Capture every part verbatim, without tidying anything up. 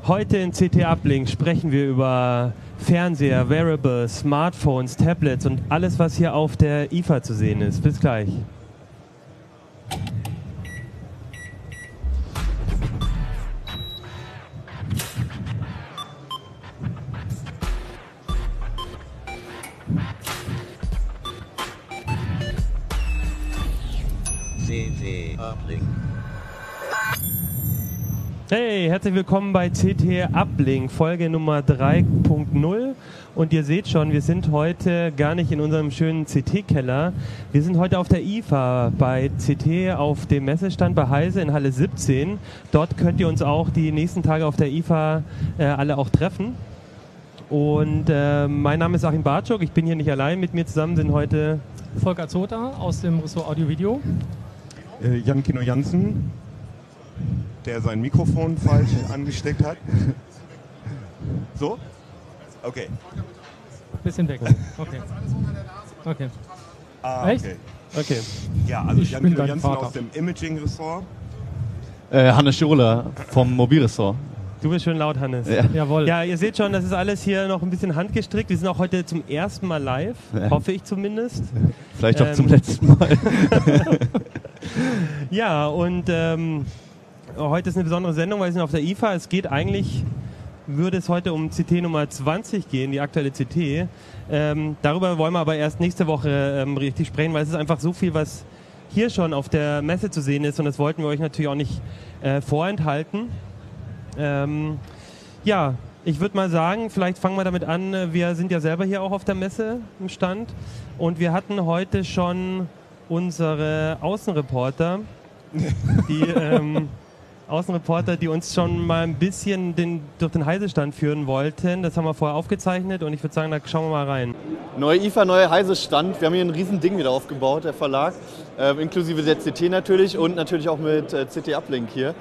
Heute in C T Uplink sprechen wir über Fernseher, Wearables, Smartphones, Tablets und alles, was hier auf der I F A zu sehen ist. Bis gleich. C T Uplink. Hey, herzlich willkommen bei C T Uplink, Folge Nummer drei Punkt null. Und ihr seht schon, wir sind heute gar nicht in unserem schönen C T-Keller. Wir sind heute auf der I F A bei C T auf dem Messestand bei Heise in Halle siebzehn. Dort könnt ihr uns auch die nächsten Tage auf der I F A äh, alle auch treffen. Und äh, mein Name ist Achim Bartschuk, ich bin hier nicht allein. Mit mir zusammen sind heute Volker Zota aus dem Ressort Audio-Video. Äh, Jan Kino Jansen, der sein Mikrofon falsch angesteckt hat. So? Okay. Bisschen weg. Okay. Okay. Ah, Echt? okay. Okay. Ja, also Ich Jan bin Kino dein Jansen Vater. aus dem Imaging-Ressort. Äh, Hannes Scholer vom Mobilressort. Du bist schön laut, Hannes. Ja. Jawohl. Ja, ihr seht schon, das ist alles hier noch ein bisschen handgestrickt. Wir sind auch heute zum ersten Mal live, Ja. hoffe ich zumindest. Vielleicht auch Ähm. zum letzten Mal. Ja, und ähm, heute ist eine besondere Sendung, weil wir sind auf der I F A. Es geht eigentlich, würde es heute um C T Nummer zwanzig gehen, die aktuelle C T. Ähm, darüber wollen wir aber erst nächste Woche ähm, richtig sprechen, weil es ist einfach so viel, was hier schon auf der Messe zu sehen ist und das wollten wir euch natürlich auch nicht äh, vorenthalten. Ähm, ja, ich würde mal sagen, vielleicht fangen wir damit an, wir sind ja selber hier auch auf der Messe im Stand und wir hatten heute schon unsere Außenreporter, die ähm, Außenreporter, die uns schon mal ein bisschen den, durch den Heise-Stand führen wollten. Das haben wir vorher aufgezeichnet und ich würde sagen, da schauen wir mal rein. Neue I F A, neuer Heise-Stand. Wir haben hier ein riesen Ding wieder aufgebaut, der Verlag, äh, inklusive der C T natürlich und natürlich auch mit äh, C T Uplink hier.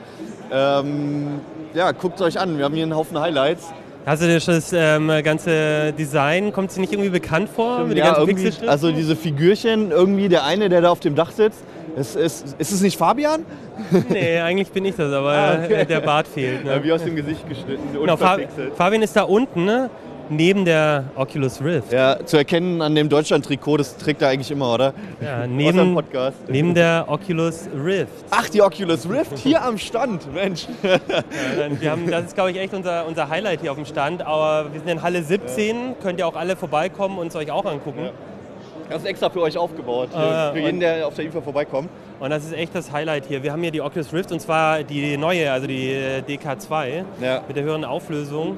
Ähm, ja, guckt euch an, wir haben hier einen Haufen Highlights. Hast du dir das ähm, ganze Design, kommt es dir nicht irgendwie bekannt vor? Mit den Ja, ganzen irgendwie, Pixelschriften? also diese Figürchen, irgendwie der eine, der da auf dem Dach sitzt. Ist, ist, ist es nicht Fabian? Nee, eigentlich bin ich das, aber Ah, okay. äh, der Bart fehlt. Ne? Ja, wie aus dem Gesicht geschnitten und Genau, Fa verpixelt. Fabian ist da unten, ne? Neben der Oculus Rift. Ja, zu erkennen an dem Deutschland-Trikot, das trägt er eigentlich immer, oder? Ja, Außer im neben, Podcast. neben der Oculus Rift. Ach, die Oculus Rift, hier am Stand, Mensch. Ja, dann, wir haben, das ist, glaube ich, echt unser, unser Highlight hier auf dem Stand. Aber wir sind in Halle siebzehn, könnt ihr auch alle vorbeikommen und es euch auch angucken. Das ist extra für euch aufgebaut, für, Ah, für jeden, der auf der I F A vorbeikommt. Und das ist echt das Highlight hier. Wir haben hier die Oculus Rift und zwar die neue, also die äh, D K zwei Ja. mit der höheren Auflösung.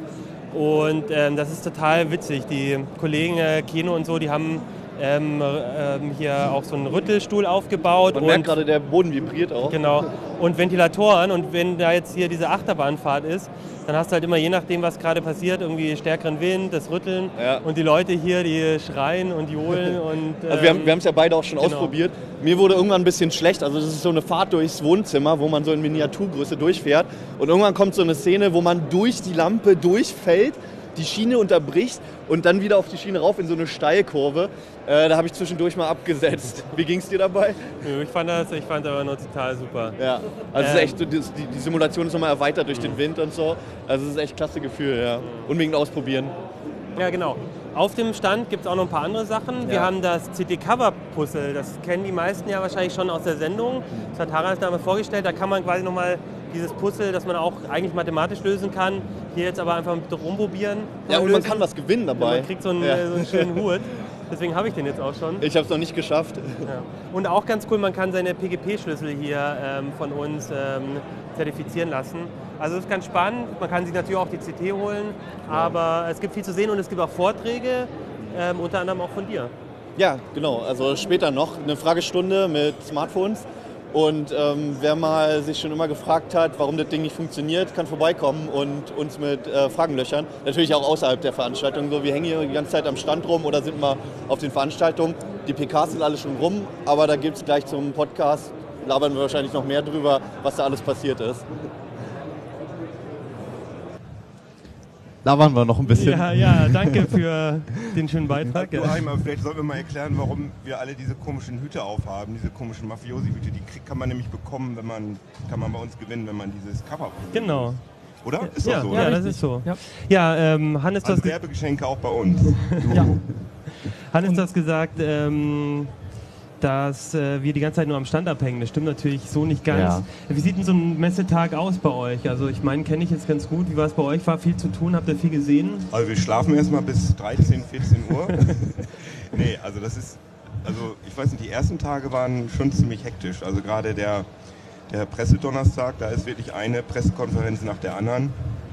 Und ähm, das ist total witzig. Die Kollegen äh, Kino und so, die haben ähm, ähm, hier auch so einen Rüttelstuhl aufgebaut. Man und merkt gerade, der Boden vibriert auch. Genau. Und Ventilatoren. Und wenn da jetzt hier diese Achterbahnfahrt ist, dann hast du halt immer, je nachdem, was gerade passiert, irgendwie stärkeren Wind, das Rütteln. Ja. Und die Leute hier, die schreien und johlen. Und, ähm, Also wir haben wir haben es ja beide auch schon genau. ausprobiert. Mir wurde irgendwann ein bisschen schlecht. Also das ist so eine Fahrt durchs Wohnzimmer, wo man so in Miniaturgröße durchfährt. Und irgendwann kommt so eine Szene, wo man durch die Lampe durchfällt, die Schiene unterbricht und dann wieder auf die Schiene rauf in so eine Steilkurve. Äh, da habe ich zwischendurch mal abgesetzt. Wie ging es dir dabei? Nö, ich fand das, ich fand das aber nur total super. Ja, also es Ähm. ist echt, so, die, die Simulation ist nochmal erweitert durch den Wind und so. Also es ist echt ein klasse Gefühl, ja. Unbedingt ausprobieren. Ja, genau. Auf dem Stand gibt es auch noch ein paar andere Sachen. Wir Ja. haben das C T-Cover-Puzzle. Das kennen die meisten ja wahrscheinlich schon aus der Sendung. Das hat Harald damals vorgestellt. Da kann man quasi nochmal dieses Puzzle, das man auch eigentlich mathematisch lösen kann, hier jetzt aber einfach mit rumprobieren. Ja, und man lösen. kann was gewinnen dabei. Man kriegt so einen, Ja. äh, so einen schönen Hut. Deswegen habe ich den jetzt auch schon. Ich habe es noch nicht geschafft. Ja. Und auch ganz cool, man kann seine P G P-Schlüssel hier ähm, von uns ähm, zertifizieren lassen. Also das ist ganz spannend. Man kann sich natürlich auch die C T holen, aber es gibt viel zu sehen und es gibt auch Vorträge, ähm, unter anderem auch von dir. Ja, genau. Also später noch eine Fragestunde mit Smartphones. Und ähm, wer mal sich schon immer gefragt hat, warum das Ding nicht funktioniert, kann vorbeikommen und uns mit äh, Fragen löchern. Natürlich auch außerhalb der Veranstaltung. So, wir hängen hier die ganze Zeit am Stand rum oder sind mal auf den Veranstaltungen. Die P Ks sind alle schon rum, aber da gibt es gleich zum Podcast, labern wir wahrscheinlich noch mehr drüber, was da alles passiert ist. labern wir noch ein bisschen. Ja, ja, danke für den schönen Beitrag. Du, Ja. Heimer, vielleicht sollten wir mal erklären, warum wir alle diese komischen Hüte aufhaben, diese komischen Mafiosi-Hüte. Die krieg, kann man nämlich bekommen, wenn man, kann man bei uns gewinnen, wenn man dieses Cover Genau. Oder? Ist ja, doch so, ja, oder? das ist so. Ja. Ja, ähm, Hannes, du Also hast ge- Werbegeschenke auch bei uns. Ja. Hannes, du hast gesagt, ähm, dass äh, wir die ganze Zeit nur am Stand abhängen. Das stimmt natürlich so nicht ganz. Ja. Wie sieht denn so ein Messetag aus bei euch? Also ich meine, kenne ich jetzt ganz gut. Wie war es bei euch? War viel zu tun? Habt ihr viel gesehen? Also wir schlafen erstmal bis dreizehn, vierzehn Uhr. Nee, also das ist, also ich weiß nicht, die ersten Tage waren schon ziemlich hektisch. Also gerade der, der Pressedonnerstag, da ist wirklich eine Pressekonferenz nach der anderen.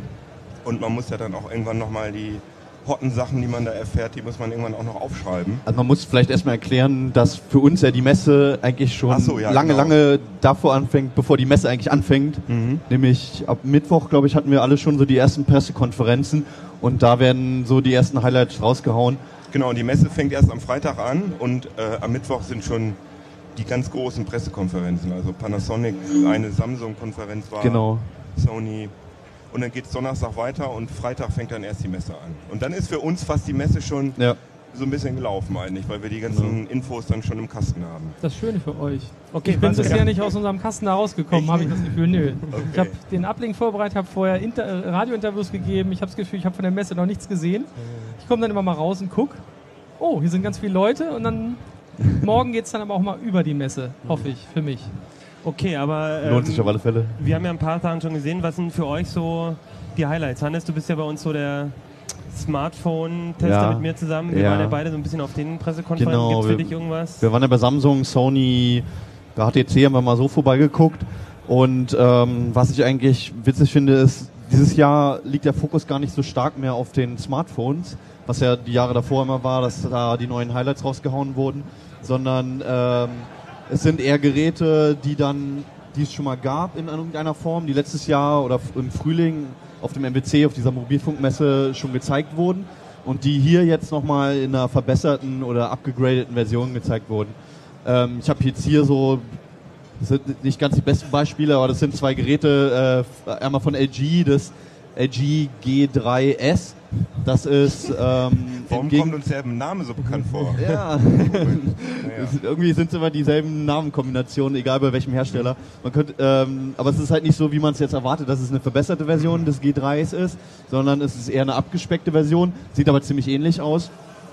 Und man muss ja dann auch irgendwann nochmal die hotten Sachen, die man da erfährt, die muss man irgendwann auch noch aufschreiben. Also man muss vielleicht erstmal erklären, dass für uns ja die Messe eigentlich schon Ach so, ja, lange, genau. lange davor anfängt, bevor die Messe eigentlich anfängt. Mhm. Nämlich ab Mittwoch, glaube ich, hatten wir alle schon so die ersten Pressekonferenzen und da werden so die ersten Highlights rausgehauen. Genau, und die Messe fängt erst am Freitag an und äh, am Mittwoch sind schon die ganz großen Pressekonferenzen. Also Panasonic, eine Samsung-Konferenz war, Genau. Sony. Und dann geht es Donnerstag weiter und Freitag fängt dann erst die Messe an. Und dann ist für uns fast die Messe schon Ja. so ein bisschen gelaufen eigentlich, weil wir die ganzen Infos dann schon im Kasten haben. Das Schöne für euch. Okay, Ich bin was- bisher nicht aus unserem Kasten da rausgekommen, Echt habe ich nicht? das Gefühl. Nö. Okay. Ich habe den Ablink vorbereitet, habe vorher Inter äh, Radiointerviews gegeben. Ich habe das Gefühl, ich habe von der Messe noch nichts gesehen. Ich komme dann immer mal raus und gucke. Oh, hier sind ganz viele Leute und dann morgen geht es dann aber auch mal über die Messe, hoffe ich, für mich. Okay, aber ähm, Lohnt sich auf alle Fälle. wir haben ja ein paar Sachen schon gesehen. Was sind für euch so die Highlights? Hannes, du bist ja bei uns so der Smartphone-Tester Ja. mit mir zusammen. Wir Ja. waren ja beide so ein bisschen auf den Pressekonferenzen. Genau, Gibt es für wir- dich irgendwas? Wir waren ja bei Samsung, Sony, bei H T C haben wir mal so vorbeigeguckt. Und ähm, was ich eigentlich witzig finde, ist, dieses Jahr liegt der Fokus gar nicht so stark mehr auf den Smartphones, was ja die Jahre davor immer war, dass da die neuen Highlights rausgehauen wurden, sondern ähm, es sind eher Geräte, die dann, die es schon mal gab in irgendeiner Form, die letztes Jahr oder im Frühling auf dem M W C, auf dieser Mobilfunkmesse schon gezeigt wurden und die hier jetzt nochmal in einer verbesserten oder abgegradeten Version gezeigt wurden. Ähm, ich habe jetzt hier so, das sind nicht ganz die besten Beispiele, aber das sind zwei Geräte, äh, einmal von L G, das L G G drei S, das ist ähm, Warum entgegen- kommt uns der Name so bekannt vor? ja, Es- irgendwie sind es immer dieselben Namenkombinationen, egal bei welchem Hersteller. Man könnte, ähm, aber es ist halt nicht so, wie man es jetzt erwartet, dass es eine verbesserte Version des G dreis ist, sondern es ist eher eine abgespeckte Version, sieht aber ziemlich ähnlich aus.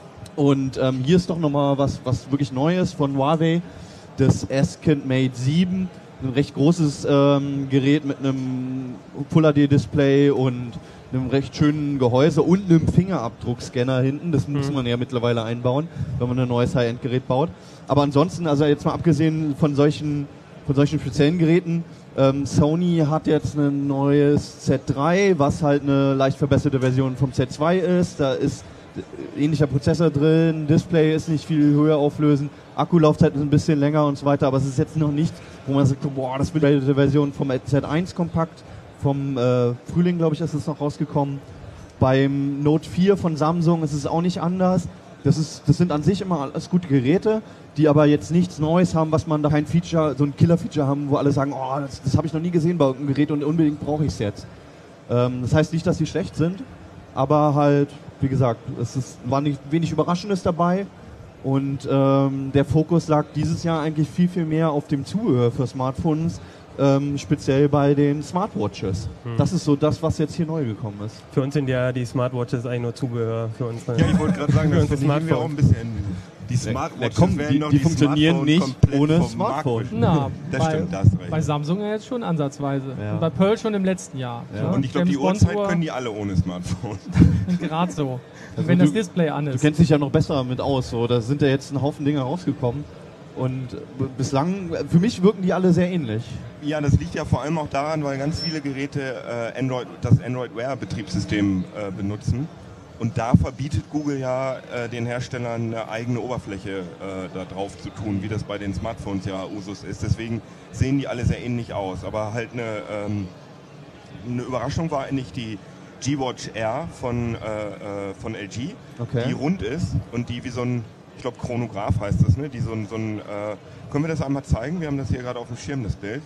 Und ähm, hier ist doch nochmal was, was wirklich Neues von Huawei, das S-Kind Mate sieben, ein recht großes ähm, Gerät mit einem Full H D-Display und einem recht schönen Gehäuse und einem Fingerabdruckscanner hinten. Das muss man ja mittlerweile einbauen, wenn man ein neues High-End-Gerät baut. Aber ansonsten, also jetzt mal abgesehen von solchen, von solchen speziellen Geräten, ähm, Sony hat jetzt ein neues Z drei, was halt eine leicht verbesserte Version vom Z zwei ist. Da ist ähnlicher Prozessor drin, Display ist nicht viel höher auflösen, Akkulaufzeit ist ein bisschen länger und so weiter, aber es ist jetzt noch nicht, wo man sagt, boah, das wird die Version vom Z eins kompakt, vom äh, Frühling, glaube ich, ist es noch rausgekommen. Beim Note vier von Samsung ist es auch nicht anders. Das ist, das sind an sich immer alles gute Geräte, die aber jetzt nichts Neues haben, was man da kein Feature, so ein Killer-Feature haben, wo alle sagen, oh, das, das habe ich noch nie gesehen bei irgendeinem Gerät und unbedingt brauche ich es jetzt. Ähm, das heißt nicht, dass sie schlecht sind, aber halt, wie gesagt, es ist, war nicht wenig Überraschendes dabei und ähm, der Fokus lag dieses Jahr eigentlich viel, viel mehr auf dem Zubehör für Smartphones, ähm, speziell bei den Smartwatches. Hm. Das ist so das, was jetzt hier neu gekommen ist. Für uns sind ja die Smartwatches eigentlich nur Zubehör für uns. Ne? Ja, ich wollte gerade sagen, Für das unsere finde ich irgendwie auch ein bisschen... Die Na Smartwatches komm, werden die- noch die funktionieren Smartphone nicht komplett ohne vom Smartphone. Markt wischen. Na, Das bei, stimmt, das recht. bei Samsung ja jetzt schon ansatzweise. Ja. Und bei Pearl schon im letzten Jahr. Ja. Ne? Und ich glaube, die James Bond Uhrzeit Uhr können die alle ohne Smartphone. gerade so. Also wenn du- das Display an Du ist. kennst dich ja noch besser mit aus, so. Da sind ja jetzt ein Haufen Dinge rausgekommen und b- bislang, für mich wirken die alle sehr ähnlich. Ja, das liegt ja vor allem auch daran, weil ganz viele Geräte äh, Android, das Android Wear Betriebssystem äh, benutzen. Und da verbietet Google ja äh, den Herstellern eine eigene Oberfläche äh, da drauf zu tun, wie das bei den Smartphones ja Usus ist. Deswegen sehen die alle sehr ähnlich aus. Aber halt eine, ähm, eine Überraschung war eigentlich die G-Watch R von, äh, äh, von L G, Okay. die rund ist und die wie so ein, ich glaube Chronograph heißt das, ne? Die so ein, so ein äh, können wir das einmal zeigen? Wir haben das hier gerade auf dem Schirm, das Bild.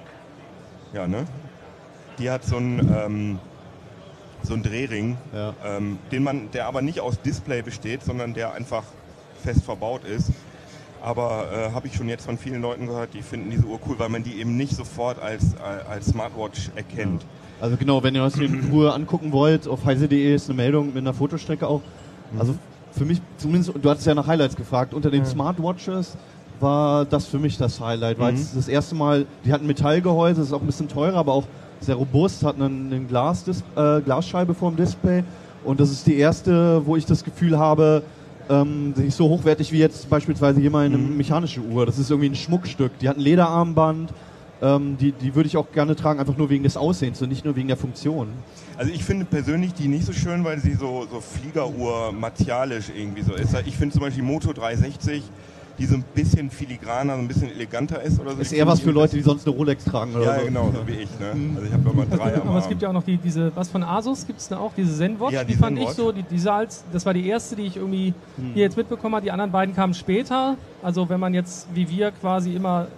Ja, ne? Die hat so ein, ähm, so ein Drehring, Ja. ähm, den man, der aber nicht aus Display besteht, sondern der einfach fest verbaut ist. Aber äh, habe ich schon jetzt von vielen Leuten gehört, die finden diese Uhr cool, weil man die eben nicht sofort als, äh, als Smartwatch erkennt. Also genau, wenn ihr euch in Ruhe angucken wollt, auf heise punkt de ist eine Meldung mit einer Fotostrecke auch. Mhm. Also für mich zumindest, du hattest ja nach Highlights gefragt, unter den ja. Smartwatches war das für mich das Highlight, weil mhm. es das erste Mal, die hatten Metallgehäuse, das ist auch ein bisschen teurer, aber auch sehr robust, hat einen, einen Glas, äh, Glasscheibe vorm Display und das ist die erste, wo ich das Gefühl habe, ähm, nicht so hochwertig wie jetzt beispielsweise hier mal eine mhm. mechanische Uhr. Das ist irgendwie ein Schmuckstück. Die hat ein Lederarmband, ähm, die, die würde ich auch gerne tragen, einfach nur wegen des Aussehens und nicht nur wegen der Funktion. Also ich finde persönlich die nicht so schön, weil sie so, so Fliegeruhr martialisch irgendwie so ist. Ich finde zum Beispiel die Moto dreihundertsechzig, die so ein bisschen filigraner, so ein bisschen eleganter ist oder so. Ist eher was für Leute, die sonst eine Rolex tragen oder ja, so. Ja, genau, so wie ich. Ne? Also ich habe nochmal drei am Aber es gibt ja auch noch die, diese, was von Asus gibt es da auch, diese Zenwatch, ja, die, die fand Zenwatch. ich so, die, die sah als, das war die erste, die ich irgendwie hm. hier jetzt mitbekommen habe. Die anderen beiden kamen später. Also wenn man jetzt, wie wir quasi immer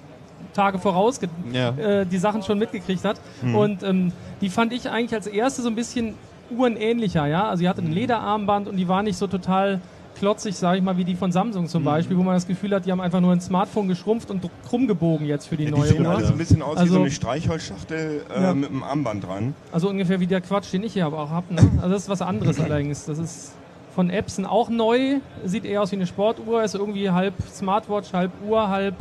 Tage voraus ja. äh, die Sachen schon mitgekriegt hat. Hm. Und ähm, die fand ich eigentlich als erste so ein bisschen uhrenähnlicher, ja. Also die hatte ein Lederarmband und die war nicht so total klotzig, sage ich mal, wie die von Samsung zum mhm. Beispiel, wo man das Gefühl hat, die haben einfach nur ein Smartphone geschrumpft und krumm gebogen jetzt für die ja, neue Uhr. Die sehen alle so ein bisschen aus also, wie so eine Streichholzschachtel äh, ja. mit einem Armband dran. Also ungefähr wie der Quatsch, den ich hier aber auch habe. Ne? Also das ist was anderes allerdings. Das ist von Epson auch neu, sieht eher aus wie eine Sportuhr, ist irgendwie halb Smartwatch, halb Uhr, halb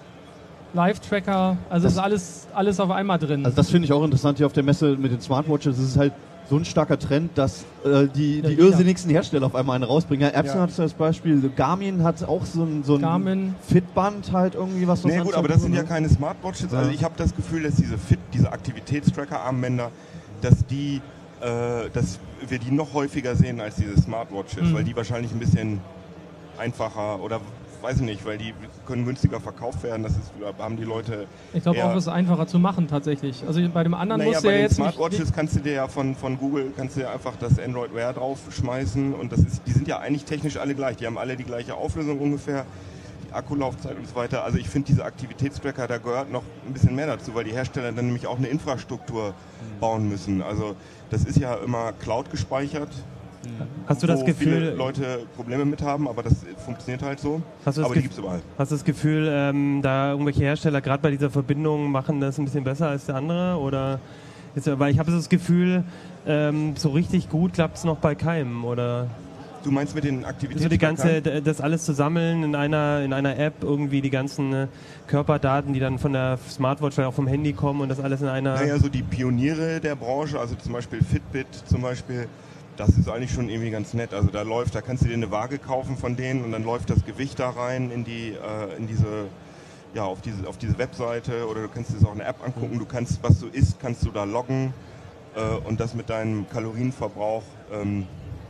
Live-Tracker. Also das ist alles, alles auf einmal drin. Also das finde ich auch interessant hier auf der Messe mit den Smartwatches. Es ist halt so ein starker Trend, dass äh, die, die ja, irrsinnigsten Hersteller auf einmal eine rausbringen. Ja, Epson ja. hat das Beispiel, Garmin hat auch so ein, so ein Fitband halt irgendwie was. Nee, gut, aber das sind ja keine Smartwatches. Ja. Also ich habe das Gefühl, dass diese Fit, diese Aktivitätstracker-Armbänder, dass die, äh, dass wir die noch häufiger sehen als diese Smartwatches, mhm. weil die wahrscheinlich ein bisschen einfacher oder weiß ich nicht, weil die können günstiger verkauft werden. Das ist, haben die Leute. Ich glaube auch, es ist einfacher zu machen tatsächlich. Also bei dem anderen naja, muss der ja jetzt jetzt Smartwatches nicht kannst du dir ja von, von Google kannst du ja einfach das Android Wear draufschmeißen und das ist, die sind ja eigentlich technisch alle gleich. Die haben alle die gleiche Auflösung ungefähr, die Akkulaufzeit und so weiter. Also ich finde diese Aktivitätstracker, da gehört noch ein bisschen mehr dazu, weil die Hersteller dann nämlich auch eine Infrastruktur mhm. bauen müssen. Also das ist ja immer Cloud gespeichert. Hast du das wo Gefühl, viele Leute Probleme mit haben, aber das funktioniert halt so. Hast du das aber die gibt es überall. Hast du das Gefühl, ähm, da irgendwelche Hersteller gerade bei dieser Verbindung machen das ein bisschen besser als der andere? Oder ist, weil ich habe so das Gefühl, ähm, so richtig gut klappt es noch bei keinem, oder? Du meinst mit den Aktivitäten? So die ganze, das alles zu sammeln in einer, in einer App, irgendwie die ganzen äh, Körperdaten, die dann von der Smartwatch oder auch vom Handy kommen und das alles in einer... Naja, so die Pioniere der Branche, also zum Beispiel Fitbit zum Beispiel, das ist eigentlich schon irgendwie ganz nett. Also da läuft, da kannst du dir eine Waage kaufen von denen und dann läuft das Gewicht da rein in die, äh, in diese, ja, auf diese, auf diese Webseite oder du kannst dir das auch in der App angucken. Du kannst, was du isst, kannst du da loggen äh, und das mit deinem Kalorienverbrauch ähm,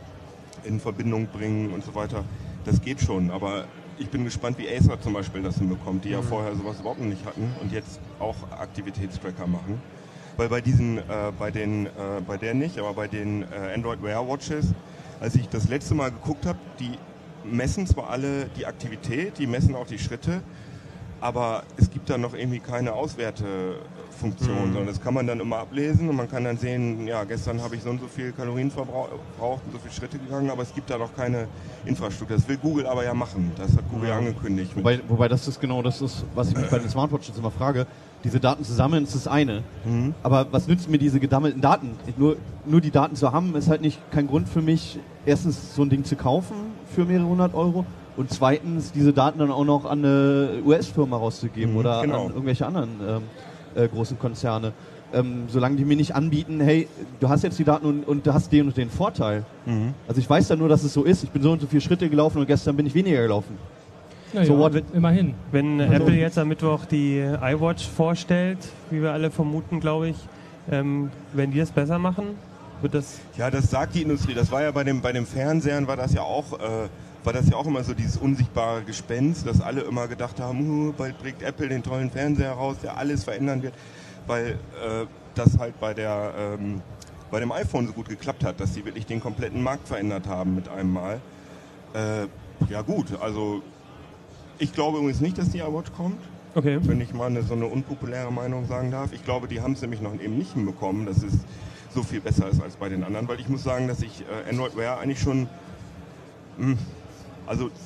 in Verbindung bringen und so weiter. Das geht schon, aber ich bin gespannt, wie Acer zum Beispiel das hinbekommt, die ja vorher sowas überhaupt noch nicht hatten und jetzt auch Aktivitätstracker machen. Weil bei diesen, äh, bei den, äh, bei der nicht, aber bei den äh, Android Wear Watches, als ich das letzte Mal geguckt habe, die messen zwar alle die Aktivität, die messen auch die Schritte, aber es gibt da noch irgendwie keine Auswertefunktion, mhm. sondern das kann man dann immer ablesen und man kann dann sehen, ja, gestern habe ich so und so viel Kalorien verbraucht und so viele Schritte gegangen, aber es gibt da noch keine Infrastruktur. Das will Google aber ja machen, das hat Google ja angekündigt. Wobei, wobei das ist genau das ist, was ich mich bei den Smartwatches immer frage. Diese Daten zu sammeln ist das eine, mhm. aber was nützt mir diese gesammelten Daten? Nur, nur die Daten zu haben, ist halt nicht kein Grund für mich, erstens so ein Ding zu kaufen für mehrere hundert Euro und zweitens diese Daten dann auch noch an eine U S-Firma rauszugeben mhm, oder genau. an irgendwelche anderen ähm, äh, großen Konzerne. Ähm, solange die mir nicht anbieten, hey, du hast jetzt die Daten und, und du hast den und den Vorteil. Mhm. Also ich weiß dann nur, dass es so ist. Ich bin so und so viele Schritte gelaufen und gestern bin ich weniger gelaufen. Ja, so ja, immerhin. Wenn also Apple jetzt am Mittwoch die iWatch vorstellt, wie wir alle vermuten, glaube ich, ähm, werden die das besser machen? Wird das ja, das sagt die Industrie. Das war ja bei dem, bei dem Fernsehern war das ja auch, äh, war das ja auch immer so dieses unsichtbare Gespenst, dass alle immer gedacht haben, uh, bald bringt Apple den tollen Fernseher raus, der alles verändern wird, weil äh, das halt bei der ähm, bei dem iPhone so gut geklappt hat, dass sie wirklich den kompletten Markt verändert haben mit einem Mal. Äh, ja gut, also ich glaube übrigens nicht, dass die iWatch kommt. Okay. Wenn ich mal eine, so eine unpopuläre Meinung sagen darf. Ich glaube, die haben es nämlich noch eben nicht hinbekommen, dass es so viel besser ist als bei den anderen. Weil ich muss sagen, dass ich äh, Android Wear eigentlich schon... Mh, also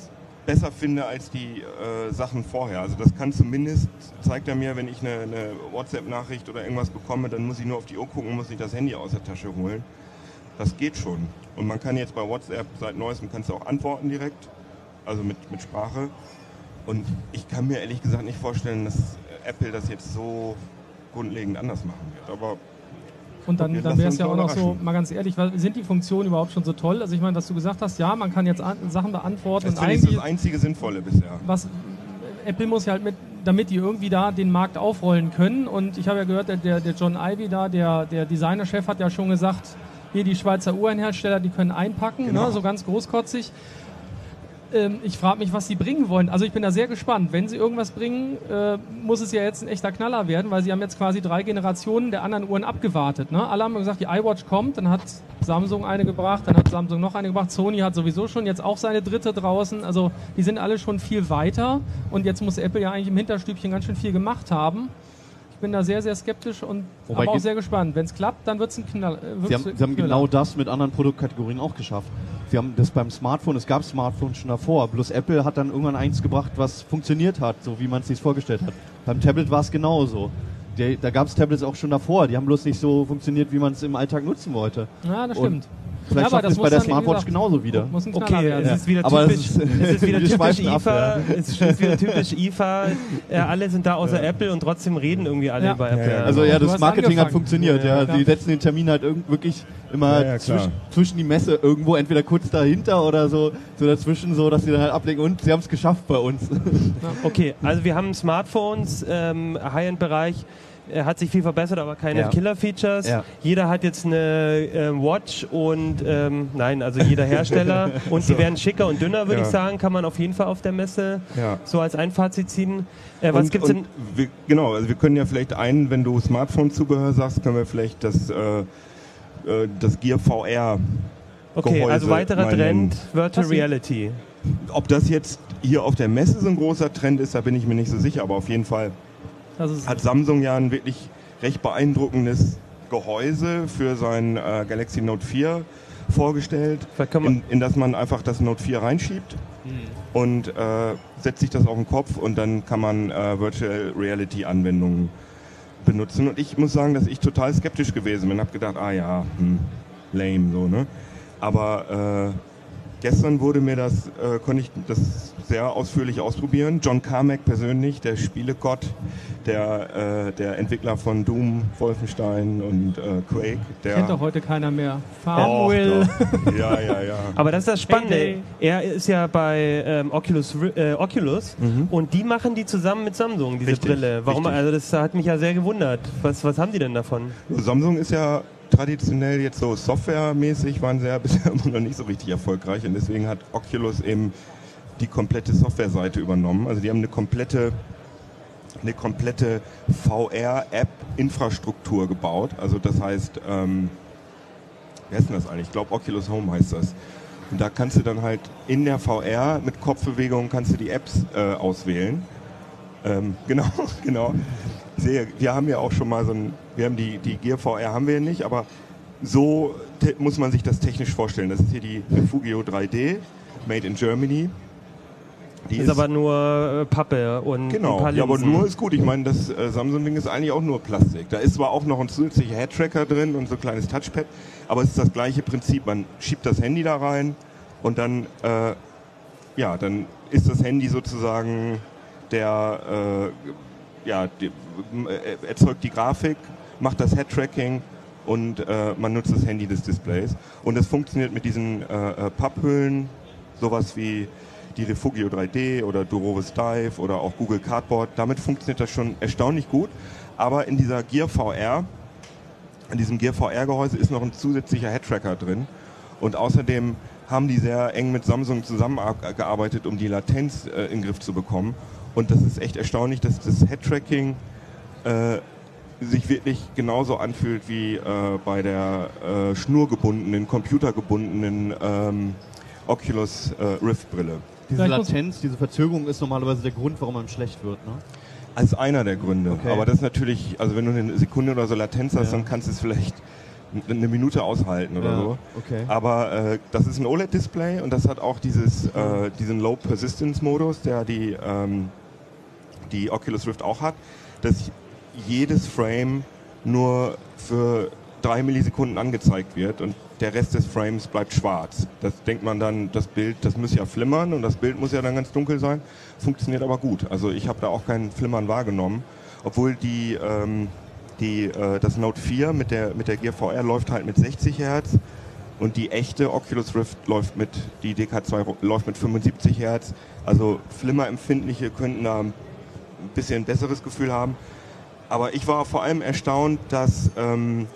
besser finde als die äh, Sachen vorher. Also das kann zumindest, zeigt er mir, wenn ich eine, eine WhatsApp-Nachricht oder irgendwas bekomme, dann muss ich nur auf die Uhr gucken, muss nicht das Handy aus der Tasche holen. Das geht schon. Und man kann jetzt bei WhatsApp seit Neuestem kannst du auch antworten direkt, also mit, mit Sprache. Und ich kann mir ehrlich gesagt nicht vorstellen, dass Apple das jetzt so grundlegend anders machen wird. Aber und dann, wir dann lassen wäre es uns ja mal auch noch so, überraschen. mal ganz ehrlich, was- sind die Funktionen überhaupt schon so toll? Also ich meine, was du gesagt hast, ja, man kann jetzt an, Sachen beantworten Das und finde ich eigentlich, das einzige Sinnvolle bisher. was Apple muss ja halt mit, damit die irgendwie da den Markt aufrollen können. Und ich habe ja gehört, der, der der John Ivey da, der, der Designerchef, hat ja schon gesagt, hier die Schweizer Uhrenhersteller, die können einpacken, Genau. ne, so ganz großkotzig. Ähm, ich frage mich, was sie bringen wollen. Also ich bin da sehr gespannt. Wenn sie irgendwas bringen, äh, muss es ja jetzt ein echter Knaller werden, weil sie haben jetzt quasi drei Generationen der anderen Uhren abgewartet. Ne? Alle haben gesagt, die iWatch kommt, dann hat Samsung eine gebracht, dann hat Samsung noch eine gebracht, Sony hat sowieso schon jetzt auch seine dritte draußen. Also die sind alle schon viel weiter und jetzt muss Apple ja eigentlich im Hinterstübchen ganz schön viel gemacht haben. Ich bin da sehr, sehr skeptisch und Wobei aber auch ge- sehr gespannt. Wenn es klappt, dann wird es ein Knall. Äh, Sie wird's haben, Sie haben ein Knüller. genau das mit anderen Produktkategorien auch geschafft. Sie haben das beim Smartphone, es gab Smartphones schon davor, bloß Apple hat dann irgendwann eins gebracht, was funktioniert hat, so wie man es sich vorgestellt hat. Beim Tablet war es genauso. Der, da gab es Tablets auch schon davor, die haben bloß nicht so funktioniert, wie man es im Alltag nutzen wollte. Ja, das Und stimmt. Vielleicht Ja, aber schafft es das bei der muss dann, wie Smartwatch gesagt, genauso wieder. Muss ein Knaller Okay, werden. es ist wieder Aber typisch, es ist- es ist wieder wir typisch schweifen ab, I F A, ja. es ist wieder typisch I F A, äh, alle sind da außer Apple und trotzdem reden irgendwie alle Ja. über Apple. Ja, ja. Also ja, Du das hast Marketing hat angefangen. funktioniert, ja. Ja. Sie setzen den Termin halt irgend wirklich immer Ja, ja, klar. zwischen, zwischen die Messe irgendwo, entweder kurz dahinter oder so, so dazwischen, so dass sie dann halt ablegen und sie haben es geschafft bei uns. Okay, also wir haben Smartphones, ähm, High-End-Bereich, äh, hat sich viel verbessert, aber keine Ja. Killer-Features. Ja. Jeder hat jetzt eine ähm, Watch und, ähm, nein, also jeder Hersteller und sie werden schicker und dünner, würde Ja. ich sagen, kann man auf jeden Fall auf der Messe Ja. so als ein Fazit ziehen. Äh, was und, gibt's denn? und wir, genau, also wir können ja vielleicht einen, wenn du Smartphone-Zubehör sagst, können wir vielleicht das, äh, äh, das Gear V R. Okay, Gehäuse also weiterer mal Trend, nennen. Virtual Was sie- Reality. Ob das jetzt hier auf der Messe so ein großer Trend ist, da bin ich mir nicht so sicher, aber auf jeden Fall Das ist hat Samsung ja ein wirklich recht beeindruckendes Gehäuse für sein äh, Galaxy Note vier vorgestellt, Vielleicht kann man- in, in das man einfach das Note vier reinschiebt und äh, setzt sich das auf den Kopf und dann kann man äh, Virtual Reality Anwendungen benutzen. Und ich muss sagen, dass ich total skeptisch gewesen bin. Hab gedacht, ah ja, hm, lame so, ne? Aber äh, gestern wurde mir das, äh, konnte ich das sehr ausführlich ausprobieren. John Carmack persönlich, der Spielegott, der, äh, der Entwickler von Doom, Wolfenstein und äh, Quake. Der kennt doch heute keiner mehr. Och, Farmville. doch. Ja, ja, ja. Aber das ist das Spannende. Heyday. Er ist ja bei ähm, Oculus, äh, Oculus und die machen die zusammen mit Samsung, diese Richtig, Brille. Warum? richtig. Also das hat mich ja sehr gewundert. Was, was haben die denn davon? Samsung ist ja traditionell jetzt so softwaremäßig, waren sie ja bisher immer noch nicht so richtig erfolgreich und deswegen hat Oculus eben die komplette Softwareseite übernommen. Also die haben eine komplette eine komplette V R-App-Infrastruktur gebaut. Also das heißt, ähm, wie heißt denn das eigentlich? Ich glaube Oculus Home heißt das. Und da kannst du dann halt in der V R mit Kopfbewegungen kannst du die Apps äh, auswählen. Ähm, genau, genau. Ich sehe, wir haben ja auch schon mal so ein, wir haben die, die Gear V R haben wir ja nicht, aber so te- muss man sich das technisch vorstellen. Das ist hier die Refugio drei D, made in Germany. Die ist aber nur äh, Pappe und ein Genau, paar ja, aber Linsen. nur ist gut. Ich meine, das äh, Samsung-Ding ist eigentlich auch nur Plastik. Da ist zwar auch noch ein zusätzlicher Head-Tracker drin und so ein kleines Touchpad, aber es ist das gleiche Prinzip. Man schiebt das Handy da rein und dann, äh, ja, dann ist das Handy sozusagen der, äh, ja, die, äh, erzeugt die Grafik, macht das Head-Tracking und äh, man nutzt das Handy des Displays. Und das funktioniert mit diesen äh, äh, Papphüllen, sowas wie die Refugio drei D oder Durovis Dive oder auch Google Cardboard. Damit funktioniert das schon erstaunlich gut. Aber in dieser Gear V R, in diesem Gear V R-Gehäuse ist noch ein zusätzlicher Head-Tracker drin. Und außerdem haben die sehr eng mit Samsung zusammengearbeitet, um die Latenz äh, in den Griff zu bekommen. Und das ist echt erstaunlich, dass das Head-Tracking äh, sich wirklich genauso anfühlt wie äh, bei der äh, schnurgebundenen, computergebundenen ähm, Oculus äh, Rift-Brille. Diese Ja, ich muss- Latenz, diese Verzögerung ist normalerweise der Grund, warum einem schlecht wird, ne? Als einer der Gründe. Okay. Aber das ist natürlich, also wenn du eine Sekunde oder so Latenz hast, Ja. dann kannst du es vielleicht eine Minute aushalten oder Ja, so. okay. Aber äh, das ist ein O L E D-Display und das hat auch dieses, äh, diesen Low-Persistence-Modus, der die, ähm, die Oculus Rift auch hat, dass jedes Frame nur für drei Millisekunden angezeigt wird und der Rest des Frames bleibt schwarz. Das denkt man dann, das Bild, das muss ja flimmern und das Bild muss ja dann ganz dunkel sein. Funktioniert aber gut. Also ich habe da auch kein Flimmern wahrgenommen, obwohl die, ähm, die, äh, das Note vier mit der, mit der Gear V R läuft halt mit sechzig Hertz und die echte Oculus Rift läuft mit, die D K zwei läuft mit fünfundsiebzig Hertz. Also Flimmerempfindliche könnten da ein bisschen besseres Gefühl haben. Aber ich war vor allem erstaunt, dass ähm,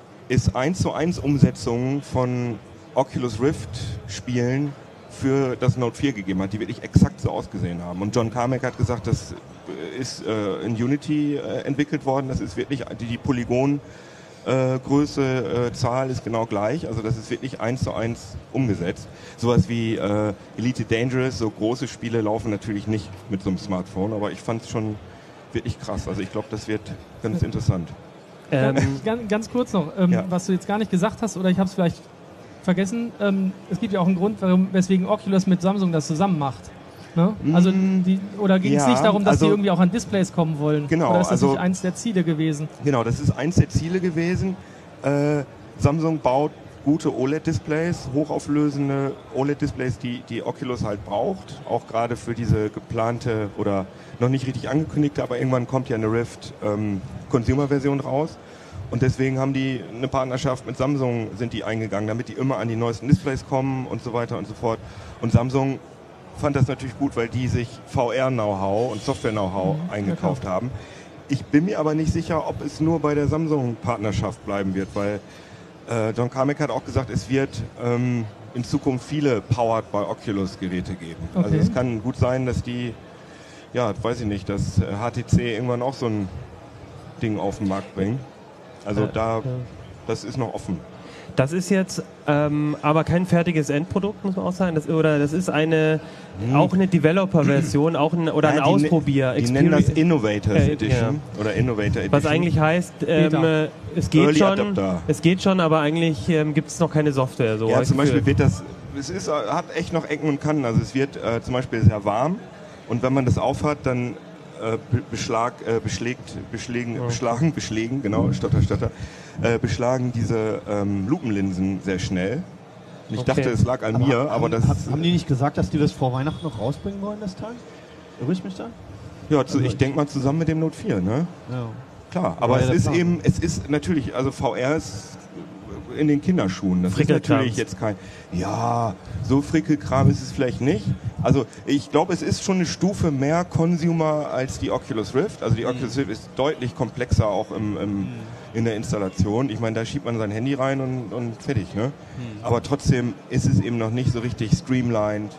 es eins zu eins Umsetzungen von Oculus Rift Spielen für das Note vier gegeben hat, die wirklich exakt so ausgesehen haben. Und John Carmack hat gesagt, das ist äh, in Unity äh, entwickelt worden, das ist wirklich, die, die Polygon äh, Größe, äh, Zahl ist genau gleich, also das ist wirklich eins zu eins umgesetzt. Sowas wie äh, Elite Dangerous, so große Spiele laufen natürlich nicht mit so einem Smartphone, aber ich fand es schon wirklich krass, also ich glaube, das wird ganz interessant. Ähm, ganz, ganz kurz noch, ähm, ja. was du jetzt gar nicht gesagt hast, oder ich habe es vielleicht vergessen, ähm, es gibt ja auch einen Grund, warum, weswegen Oculus mit Samsung das zusammen macht. Ne? Also die, oder ging es ja, nicht darum, dass also, die irgendwie auch an Displays kommen wollen? Genau, oder ist das also, nicht eins der Ziele gewesen? Genau, das ist eins der Ziele gewesen. Äh, Samsung baut gute O L E D-Displays, hochauflösende O L E D-Displays, die die Oculus halt braucht, auch gerade für diese geplante oder noch nicht richtig angekündigte, aber irgendwann kommt ja eine Rift ähm, Consumer-Version raus. Und deswegen haben die eine Partnerschaft mit Samsung, sind die eingegangen, damit die immer an die neuesten Displays kommen und so weiter und so fort. Und Samsung fand das natürlich gut, weil die sich V R-Know-how und Software-Know-how mhm, eingekauft ja, haben. Ich bin mir aber nicht sicher, ob es nur bei der Samsung-Partnerschaft bleiben wird, weil äh, John Carmack hat auch gesagt, es wird ähm, in Zukunft viele Powered by Oculus-Geräte geben. Okay. Also es kann gut sein, dass die, ja, weiß ich nicht, dass H T C irgendwann auch so ein Ding auf den Markt bringt. Also äh, da, das ist noch offen. Das ist jetzt ähm, aber kein fertiges Endprodukt, muss man auch sagen. Das, oder das ist eine, hm. auch eine Developer-Version, auch ein, oder ja, ein Ausprobier. Die, die nennen das Innovators äh, Edition ja. oder Innovator Edition. Was eigentlich heißt, ähm, es geht Early schon, Adapter. es geht schon, aber eigentlich ähm, gibt es noch keine Software. So ja, zum Beispiel wird das, es ist, hat echt noch Ecken und Kanten. Also es wird äh, zum Beispiel sehr warm und wenn man das aufhat, dann Äh, beschlag, äh, beschlägt, beschlägen, okay. beschlagen, beschlägen, genau, Stotter, Stotter, äh, beschlagen diese ähm, Lupenlinsen sehr schnell. Ich okay. dachte, es lag an aber mir, haben, aber das... Haben die nicht gesagt, dass die das vor Weihnachten noch rausbringen wollen, das Teil? Irre ich mich da? Ja, zu, also ich denke mal zusammen mit dem Note vier, ne? Ja. Klar, aber ja, es ist klar. eben, es ist natürlich, also V R ist in den Kinderschuhen. Das ist natürlich jetzt kein... Ja, so Frickelkram ist es vielleicht nicht. Also ich glaube, es ist schon eine Stufe mehr Consumer als die Oculus Rift. Also die mhm. Oculus Rift ist deutlich komplexer auch im, im, mhm. in der Installation. Ich meine, da schiebt man sein Handy rein und, und fertig. Ne? Mhm. Aber trotzdem ist es eben noch nicht so richtig streamlined,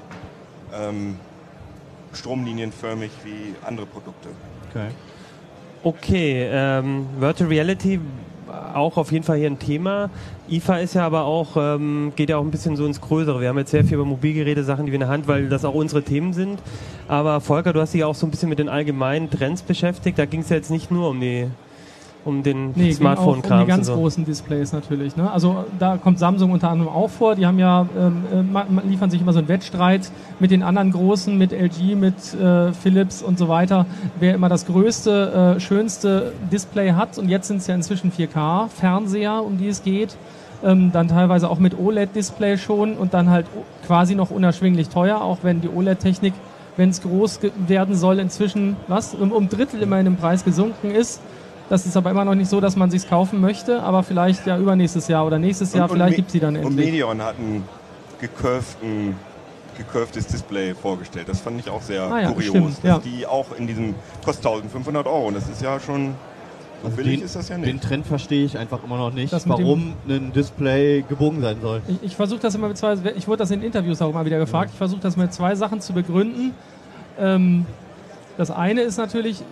ähm, stromlinienförmig wie andere Produkte. Okay, okay ähm, Virtual Reality auch auf jeden Fall hier ein Thema. I F A ist ja aber auch, ähm, geht ja auch ein bisschen so ins Größere. Wir haben jetzt sehr viel über Mobilgeräte, Sachen, die wir in der Hand, weil das auch unsere Themen sind. Aber Volker, du hast dich auch so ein bisschen mit den allgemeinen Trends beschäftigt. Da ging es ja jetzt nicht nur um die um den nee, Smartphone-Kram. Um die ganz so. großen Displays natürlich. Ne? Also da kommt Samsung unter anderem auch vor. Die haben ja ähm, äh, liefern sich immer so einen Wettstreit mit den anderen großen, mit L G, mit äh, Philips und so weiter, wer immer das größte, äh, schönste Display hat. Und jetzt sind es ja inzwischen vier K-Fernseher, um die es geht. Ähm, dann teilweise auch mit O L E D-Display schon und dann halt quasi noch unerschwinglich teuer, auch wenn die O L E D-Technik, wenn es groß werden soll, inzwischen was um, um Drittel immerhin im Preis gesunken ist. Das ist aber immer noch nicht so, dass man sich's kaufen möchte, aber vielleicht ja übernächstes Jahr oder nächstes Jahr, und, vielleicht gibt es sie dann endlich. Und Medion hat ein gecurvten, gecurvtes Display vorgestellt. Das fand ich auch sehr ah, ja, kurios. Stimmt, dass ja. die auch in diesem kostet eintausendfünfhundert Euro und das ist ja schon... Also billig den, ist das ja nicht. Den Trend verstehe ich einfach immer noch nicht, warum ein Display gebogen sein soll. Ich, ich versuche das immer mit zwei, ich wurde das in Interviews auch immer wieder gefragt, ja. ich versuche das mit zwei Sachen zu begründen. Ähm, das eine ist natürlich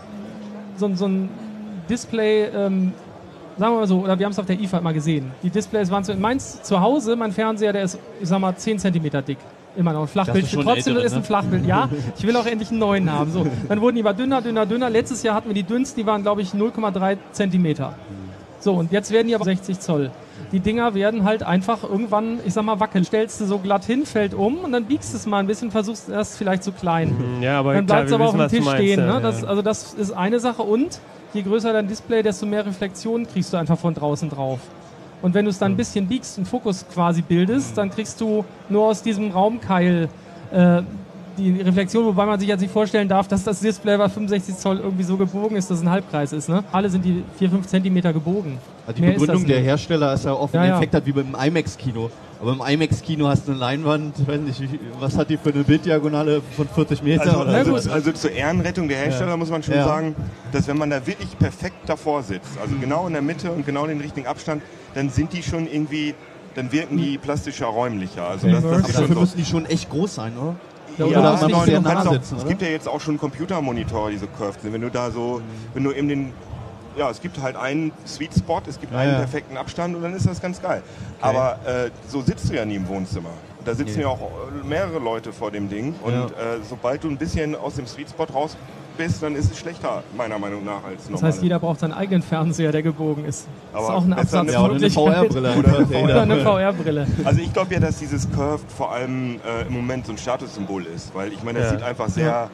so, so ein Display, ähm, sagen wir mal so, oder wir haben es auf der I F A immer gesehen. Die Displays waren zu, meins zu Hause, mein Fernseher, der ist, ich sag mal, zehn Zentimeter dick. Immer noch ein Flachbild. Ist trotzdem ältere, ist ein ne? Flachbild. Ja, ich will auch endlich einen neuen haben. So, dann wurden die immer dünner, dünner, dünner. Letztes Jahr hatten wir die dünnsten, die waren, glaube ich, null Komma drei Zentimeter. So, und jetzt werden die aber sechzig Zoll. Die Dinger werden halt einfach irgendwann, ich sag mal, wackeln. Stellst du so glatt hin, fällt um und dann biegst du es mal ein bisschen, versuchst erst vielleicht zu klein. Ja, aber dann klar, bleibt es wir aber auf wissen, dem was du Tisch meinst, stehen. ja, Ne? Das, ja. also das ist eine Sache und je größer dein Display, desto mehr Reflexion kriegst du einfach von draußen drauf. Und wenn du es dann ein bisschen biegst, einen Fokus quasi bildest, dann kriegst du nur aus diesem Raumkeil äh, die Reflexion, wobei man sich jetzt nicht vorstellen darf, dass das Display bei fünfundsechzig Zoll irgendwie so gebogen ist, dass es ein Halbkreis ist. Ne? Alle sind die vier, fünf Zentimeter gebogen. Also die Mehr ist Begründung das der nicht. Hersteller ist ja oft Ja, ein ja. Effekt hat wie beim IMAX-Kino. Aber im IMAX-Kino hast du eine Leinwand, ich weiß nicht, wie, was hat die für eine Bilddiagonale von vierzig Meter? Also, oder also, so? also zur Ehrenrettung der Hersteller Ja. muss man schon Ja. sagen, dass wenn man da wirklich perfekt davor sitzt, also genau in der Mitte und genau den richtigen Abstand, dann sind die schon irgendwie, dann wirken die plastischer, räumlicher. Also das, das Aber ist schon dafür so. müssen die schon echt groß sein, oder? Ja, Ja, oder darfst aber nicht du genug kannst nah auch, sitzen, es oder? gibt ja jetzt auch schon Computermonitore, diese Curved sind. Wenn du da so, wenn du eben den, ja, es gibt halt einen Sweet Spot, es gibt Ja, einen ja. perfekten Abstand und dann ist das ganz geil. Aber äh, so sitzt du ja nie im Wohnzimmer. Da sitzen Nee. ja auch äh, mehrere Leute vor dem Ding und Ja. äh, sobald du ein bisschen aus dem Sweet Spot raus bist, dann ist es schlechter, meiner Meinung nach, als Das normal. heißt, jeder braucht seinen eigenen Fernseher, der gebogen ist. Das ist Aber auch eine besser eine- Ja, oder eine Absatzmöglichkeit. V R-Brille. Oder eine einfach. Oder eine V R-Brille. Also ich glaube ja, dass dieses Curved vor allem äh, im Moment so ein Statussymbol ist, weil ich meine, das Ja. sieht einfach sehr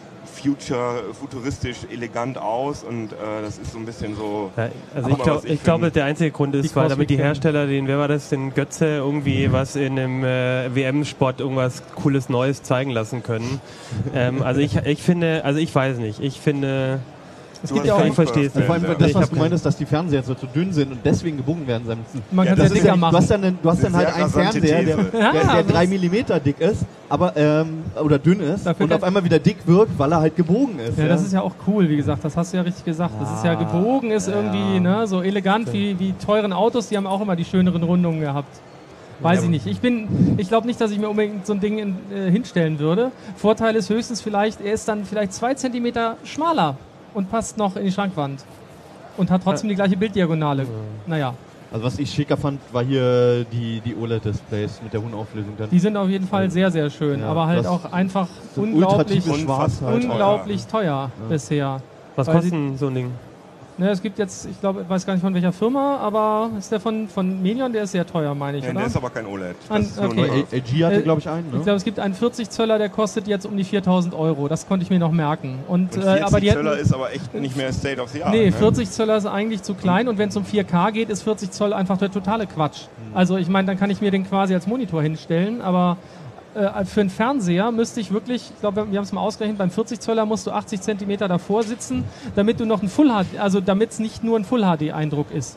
future, futuristisch, elegant aus und äh, das ist so ein bisschen so... Ja, also Guck ich, mal, glaub, was ich ich glaube, finde. der einzige Grund ist, Die weil damit die Crossfit-Fan. Hersteller, den, wer war das, den Götze irgendwie was in einem äh, W M-Sport irgendwas Cooles Neues zeigen lassen können. ähm, also ich, ich finde, also ich weiß nicht, ich finde, Es Du gibt hast ja auch, keinen ich verstehe es Curved, Vor allem ja. das, Ich was hab du keinen- meinst, dass die Fernseher so zu dünn sind und deswegen gebogen werden müssen. man Ja, kann das es ja ist dicker ja, du machen. hast dann, einen- du hast dann Eine halt sehr einen rasante Fernseher, der, These. der, Ja, der aber drei es- Millimeter dick ist, aber ähm, oder dünn ist Dafür und der- auf einmal wieder dick wirkt, weil er halt gebogen ist. Ja, das ist ja auch cool, wie gesagt, das hast du ja richtig gesagt. Das ist ja gebogen, ist ja. irgendwie ne, so elegant wie, wie teuren Autos, die haben auch immer die schöneren Rundungen gehabt. Weiß Ja, ich nicht. Ich bin, ich glaube nicht, dass ich mir unbedingt so ein Ding in, äh, hinstellen würde. Vorteil ist höchstens vielleicht, er ist dann vielleicht zwei Zentimeter schmaler und passt noch in die Schrankwand. Und hat trotzdem die gleiche Bilddiagonale. Naja, Also was ich schicker fand, war hier die, die O L E D-Displays mit der hohen Auflösung dann. die sind auf jeden Fall sehr, sehr schön, Ja, aber halt das auch einfach So ein unglaublich, ultratiefes Schwarz halt. unglaublich teuer bisher. was Weil kostet denn so ein Ding? Ne, es gibt jetzt, ich glaube, ich weiß gar nicht von welcher Firma, aber ist der von, von Medion, der ist sehr teuer, meine ich, Ja, oder? der ist aber kein O L E D. Das An- ist nur okay. ein L G hatte, Äh, glaube ich, einen. Ne? Ich glaube, es gibt einen vierzig Zöller, der kostet jetzt um die viertausend Euro. Das konnte ich mir noch merken. Und, Und äh, aber die vierzig Zöller hätten, ist aber echt nicht mehr State of the Art. nee, ne? vierzig Zöller ist eigentlich zu klein und wenn es um vier K geht, ist vierzig Zoll einfach der totale Quatsch. Also ich meine, dann kann ich mir den quasi als Monitor hinstellen, aber äh, für einen Fernseher müsste ich wirklich, ich glaube, wir haben es mal ausgerechnet, beim vierzig Zöller musst du achtzig Zentimeter davor sitzen, damit du noch ein Full H D, also damit es nicht nur ein Full H D-Eindruck ist.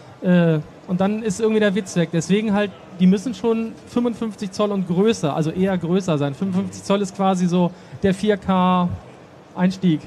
Äh, und dann ist irgendwie der Witz weg. Deswegen halt, die müssen schon fünfundfünfzig Zoll und größer, also eher größer sein. fünfundfünfzig Zoll ist quasi so der vier K-Einstieg.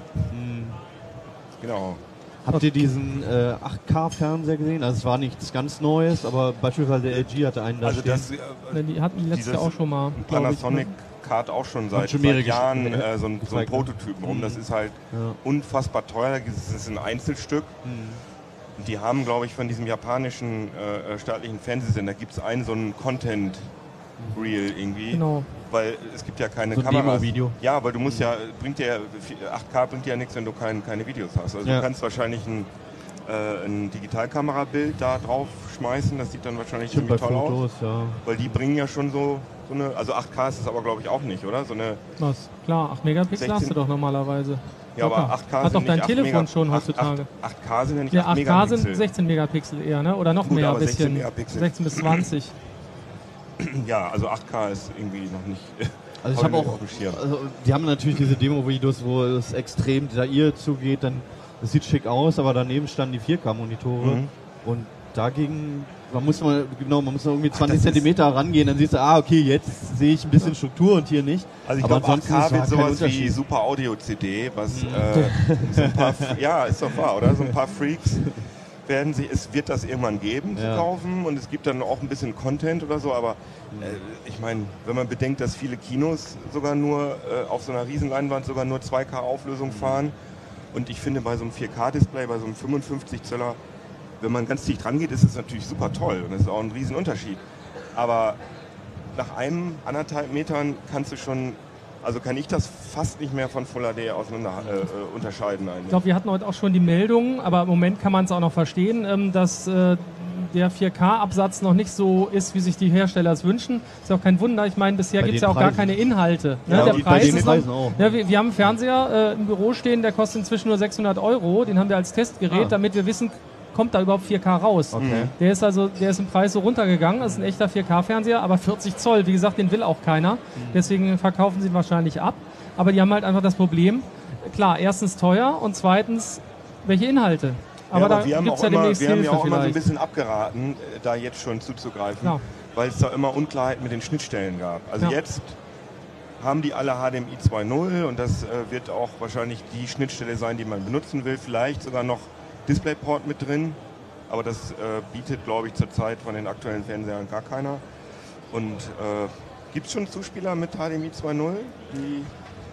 Genau. Habt ihr diesen äh, acht K-Fernseher gesehen? Also es war nichts ganz Neues, aber beispielsweise der L G hatte einen da Also stehen. das, äh, Ne, Die hatten die letztes Dieses Jahr auch schon mal. glaub ich, Panasonic ne? kart auch schon seit, schon mehrere seit Jahren Geschichten, äh, so, ein, so ein gezeigt, ne? Prototypen rum. Das ist halt Ja. unfassbar teuer. Das ist ein Einzelstück. Und die haben, glaube ich, von diesem japanischen äh, staatlichen Fernsehsender gibt es einen so einen Content-Reel irgendwie. Genau. Weil es gibt ja keine So ein Kameras. Demo-Video. Ja, weil du musst ja, bringt dir acht K bringt dir ja nichts, wenn du kein, keine Videos hast. Also Ja. du kannst wahrscheinlich ein, äh, ein Digitalkamerabild da drauf schmeißen, das sieht dann wahrscheinlich Stimmt, bei ziemlich toll aus. Fotos, ja. Weil die bringen ja schon so, so eine, also acht K ist es aber glaube ich auch nicht, oder? So eine, Was? Klar, acht Megapixel hast du sechzehn doch normalerweise. ja, aber Locker. acht K Hat sind doch nicht dein acht Telefon Mega- schon acht- heutzutage. acht- acht K sind ja nicht Ja, acht acht K Megapixel. sind sechzehn Megapixel eher, ne? Oder noch Gut, mehr, aber ein sechzehn bisschen. Megapixel. sechzehn bis zwanzig. Ja, also acht K ist irgendwie noch nicht. Also ich hab habe nicht auch, auf dem Schirm. also die haben natürlich diese Demo-Videos, wo es extrem detailliert zugeht, dann das sieht schick aus, aber daneben standen die vier K-Monitore Mhm. und dagegen, man muss mal, genau, man muss noch irgendwie zwanzig das ist- Zentimeter rangehen, dann siehst du, ah, okay, jetzt sehe ich ein bisschen Struktur und hier nicht. Also ich aber glaube, acht ansonsten K ist es wird kein sowas wie Unterschied. Super Audio C D, was äh, so ein paar, ja, ist doch wahr, oder? So ein paar Freaks werden sich, es wird das irgendwann geben zu Ja. kaufen und es gibt dann auch ein bisschen Content oder so, aber äh, ich meine, wenn man bedenkt, dass viele Kinos sogar nur äh, auf so einer Riesenleinwand sogar nur zwei K Auflösung fahren und ich finde bei so einem vier K Display, bei so einem fünfundfünfzig Zöller, wenn man ganz dicht rangeht, ist es natürlich super toll und das ist auch ein Riesenunterschied. Aber nach einem, anderthalb Metern kannst du schon Also kann ich das fast nicht mehr von Full H D auseinander äh, unterscheiden eigentlich. Ich glaube, wir hatten heute auch schon die Meldung, aber im Moment kann man es auch noch verstehen, ähm, dass äh, der vier K-Absatz noch nicht so ist, wie sich die Hersteller es wünschen. Ist auch kein Wunder. Ich meine, bisher Bei gibt es den ja auch gar Preisen. keine Inhalte. Ja, Ne? Der die- Preis bei den ist noch, Preisen auch. ja, wir, wir haben einen Fernseher äh, im Büro stehen, der kostet inzwischen nur sechshundert Euro. Den haben wir als Testgerät, Ah. damit wir wissen, kommt da überhaupt vier K raus. Okay. Der ist also, der ist im Preis so runtergegangen. Das ist ein echter vier K-Fernseher, aber vierzig Zoll. Wie gesagt, den will auch keiner. Deswegen verkaufen sie ihn wahrscheinlich ab. Aber die haben halt einfach das Problem, klar, erstens teuer und zweitens, welche Inhalte? Aber, ja, aber da wir haben, gibt es auch ja immer, demnächst wir haben ja Hilfe auch immer so ein vielleicht. bisschen abgeraten, äh, da jetzt schon zuzugreifen, Ja. weil es da immer Unklarheit mit den Schnittstellen gab. Also Ja. jetzt haben die alle H D M I zwei Punkt null und das äh, wird auch wahrscheinlich die Schnittstelle sein, die man benutzen will. Vielleicht sogar noch DisplayPort mit drin, aber das äh, bietet, glaube ich, zurzeit von den aktuellen Fernsehern gar keiner. Und äh, gibt es schon Zuspieler mit H D M I zwei Punkt null? Die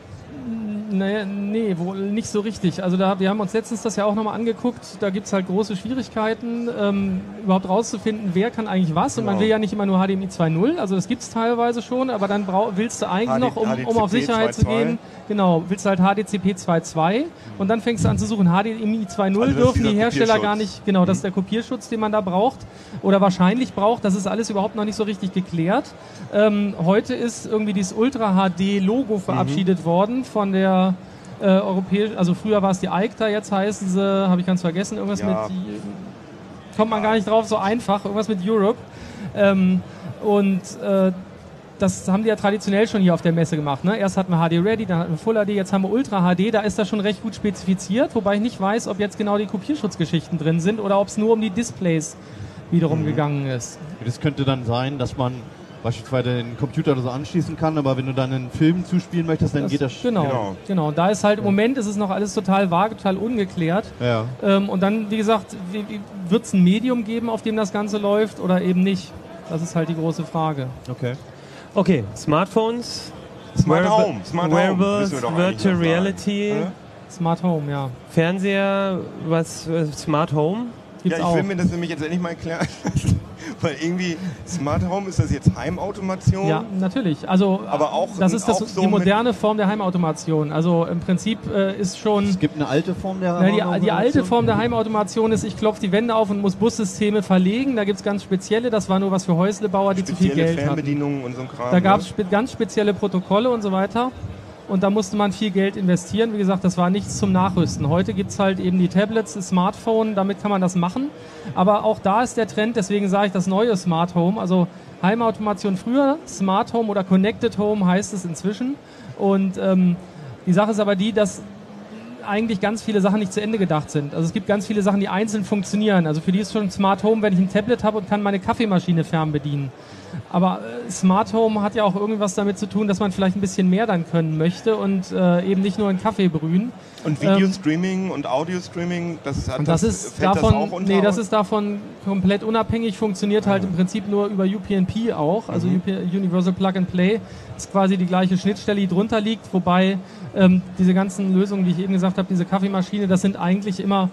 Naja, nee, wohl nicht so richtig. Also da, wir haben uns letztens das ja auch nochmal angeguckt. Da gibt es halt große Schwierigkeiten, ähm, überhaupt rauszufinden, wer kann eigentlich was. Und man Genau. will ja nicht immer nur H D M I zwei Punkt null. Also das gibt es teilweise schon, aber dann brau willst du eigentlich H D noch, um, H D C P um auf Sicherheit zu zwei Punkt zwei. gehen, genau, willst du halt H D C P zwei Punkt zwei und dann fängst du an zu suchen. H D M I zwei Punkt null Also das ist dürfen die dieser Hersteller Kopierschutz. gar nicht, genau, das ist der Kopierschutz, den man da braucht oder wahrscheinlich braucht. Das ist alles überhaupt noch nicht so richtig geklärt. Ähm, heute ist irgendwie dieses Ultra H D-Logo verabschiedet worden von der äh, europäischen, also früher war es die E I C T A, jetzt heißen sie, habe ich ganz vergessen, irgendwas Ja. mit, kommt man gar nicht drauf, so einfach, irgendwas mit Europe. Ähm, und äh, das haben die ja traditionell schon hier auf der Messe gemacht. Ne? Erst hatten wir H D Ready, dann hatten wir Full H D, jetzt haben wir Ultra H D, da ist das schon recht gut spezifiziert, wobei ich nicht weiß, ob jetzt genau die Kopierschutzgeschichten drin sind oder ob es nur um die Displays wiederum gegangen ist. Das könnte dann sein, dass man beispielsweise den Computer oder so anschließen kann, aber wenn du dann einen Film zuspielen möchtest, dann Das, geht das... genau, genau. genau. Da ist halt im Moment ist es noch alles total vage, total ungeklärt. Ja. Ähm, und dann, wie gesagt, wird es ein Medium geben, auf dem das Ganze läuft oder eben nicht? Das ist halt die große Frage. Okay. Okay, Smartphones, Smart Wearable- Home, Smart Home, Wearables, müssen wir doch eigentlich Virtual noch sagen, Reality, oder? Smart Home, ja. Fernseher, was äh, Smart Home? Gibt's ja, ich auch. will mir das nämlich jetzt endlich mal erklären. Weil irgendwie Smart Home, ist das jetzt Heimautomation? Ja, natürlich. Also Aber auch- das ist das, auch so die mit- moderne Form der Heimautomation. Also im Prinzip äh, ist schon Es gibt eine alte Form der na, die, die Heimautomation? alte Form der Heimautomation ist, ich klopfe die Wände auf und muss Bussysteme verlegen. Da gibt es ganz spezielle, das war nur was für Häuslebauer, die zu viel Spezielle Geld hatten. Fernbedienungen und so ein Kram. Da gab es ne? spe ganz spezielle Protokolle und so weiter. Und da musste man viel Geld investieren. Wie gesagt, das war nichts zum Nachrüsten. Heute gibt es halt eben die Tablets, das Smartphone, damit kann man das machen. Aber auch da ist der Trend, deswegen sage ich das neue Smart Home. Also Heimautomation früher, Smart Home oder Connected Home heißt es inzwischen. Und ähm, die Sache ist aber die, dass eigentlich ganz viele Sachen nicht zu Ende gedacht sind. Also es gibt ganz viele Sachen, die einzeln funktionieren. Also für die ist schon Smart Home, wenn ich ein Tablet habe und kann meine Kaffeemaschine fernbedienen. Aber äh, Smart Home hat ja auch irgendwas damit zu tun, dass man vielleicht ein bisschen mehr dann können möchte und äh, eben nicht nur einen Kaffee brühen. Und Videostreaming und Audio-Streaming, das hat Und das, das, ist fällt davon, das auch unter? nee, das ist davon komplett unabhängig, funktioniert halt im Prinzip nur über U P n P auch, also U P, Universal Plug and Play ist quasi die gleiche Schnittstelle, die drunter liegt, wobei ähm, diese ganzen Lösungen, die ich eben gesagt habe, diese Kaffeemaschine, das sind eigentlich immer